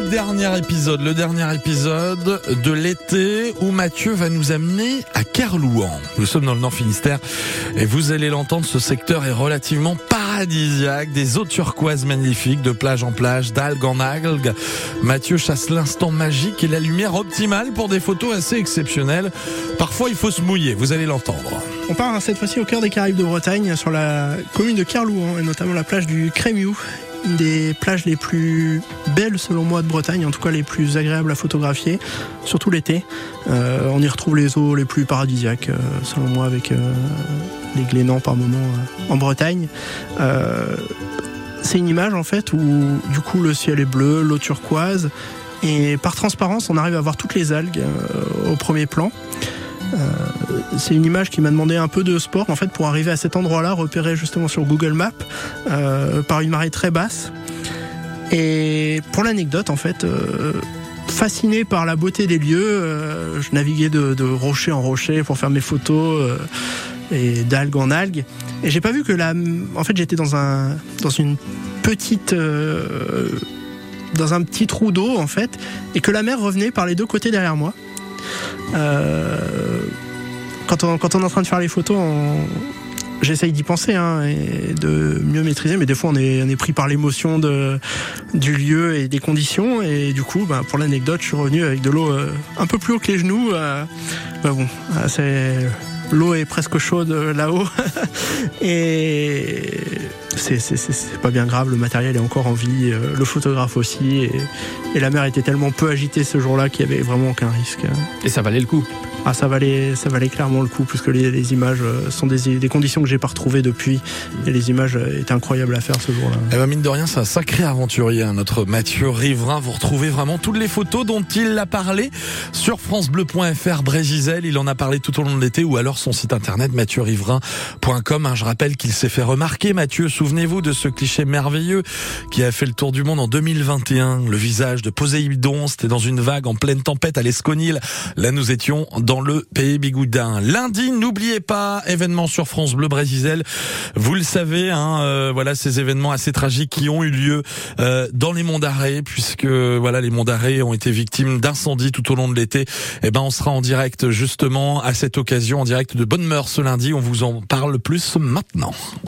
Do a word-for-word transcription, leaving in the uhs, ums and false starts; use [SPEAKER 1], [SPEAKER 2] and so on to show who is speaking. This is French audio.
[SPEAKER 1] dernier épisode, le dernier épisode de l'été où Mathieu va nous amener à Kerlouan. Nous sommes dans le Nord Finistère et vous allez l'entendre, ce secteur est relativement paradisiaque, des eaux turquoises magnifiques, de plage en plage, d'algue en algue. Mathieu chasse l'instant magique et la lumière optimale pour des photos assez exceptionnelles. Parfois il faut se mouiller, vous allez l'entendre.
[SPEAKER 2] On part cette fois-ci au cœur des Caraïbes de Bretagne, sur la commune de Kerlouan et notamment la plage du Crémiou. Une des plages les plus belles selon moi de Bretagne, en tout cas les plus agréables à photographier, surtout l'été. Euh, on y retrouve les eaux les plus paradisiaques euh, selon moi, avec euh, les Glénans par moments euh, en Bretagne. Euh, c'est une image en fait où du coup le ciel est bleu, l'eau turquoise, et par transparence on arrive à voir toutes les algues euh, au premier plan. Euh, c'est une image qui m'a demandé un peu de sport en fait pour arriver à cet endroit-là, repéré justement sur Google Maps euh, par une marée très basse. Et pour l'anecdote en fait, euh, fasciné par la beauté des lieux, euh, je naviguais de, de rocher en rocher pour faire mes photos euh, et d'algue en algue. Et j'ai pas vu que la, en fait j'étais dans un dans une petite euh, dans un petit trou d'eau en fait, et que la mer revenait par les deux côtés derrière moi. Euh, quand, on, quand on est en train de faire les photos, on, j'essaye d'y penser hein, et de mieux maîtriser, mais des fois on est, on est pris par l'émotion de, du lieu et des conditions, et du coup bah, pour l'anecdote je suis revenu avec de l'eau euh, un peu plus haut que les genoux. euh, bah bon, c'est, l'eau est presque chaude là-haut et c'est, c'est, c'est, c'est pas bien grave, le matériel est encore en vie, euh, le photographe aussi, et, et la mer était tellement peu agitée ce jour-là qu'il y avait vraiment aucun risque.
[SPEAKER 3] Et ça valait le coup?
[SPEAKER 2] Ah, ça valait, ça valait clairement le coup, puisque les, les images sont des, des conditions que j'ai pas retrouvées depuis, et les images étaient incroyables à faire ce jour-là.
[SPEAKER 1] Eh ben mine de rien, c'est un sacré aventurier, hein, notre Mathieu Riverain. Vous retrouvez vraiment toutes les photos dont il a parlé sur francebleu point fr Brégisel. Il en a parlé tout au long de l'été, ou alors son site internet mathieu riverain point com. Hein, je rappelle qu'il s'est fait remarquer, Mathieu. Souvenez-vous de ce cliché merveilleux qui a fait le tour du monde en deux mille vingt et un. Le visage de Poséidon, c'était dans une vague en pleine tempête à l'Esconil. Là, nous étions dans le pays bigoudin. Lundi, n'oubliez pas, événement sur France Bleu Brégisel. Vous le savez, hein, euh, voilà ces événements assez tragiques qui ont eu lieu euh, dans les Monts d'Arrée, puisque voilà les Monts d'Arrée ont été victimes d'incendies tout au long de l'été. Eh ben, on sera en direct justement à cette occasion, en direct de Bonne Mœurs ce lundi. On vous en parle plus maintenant.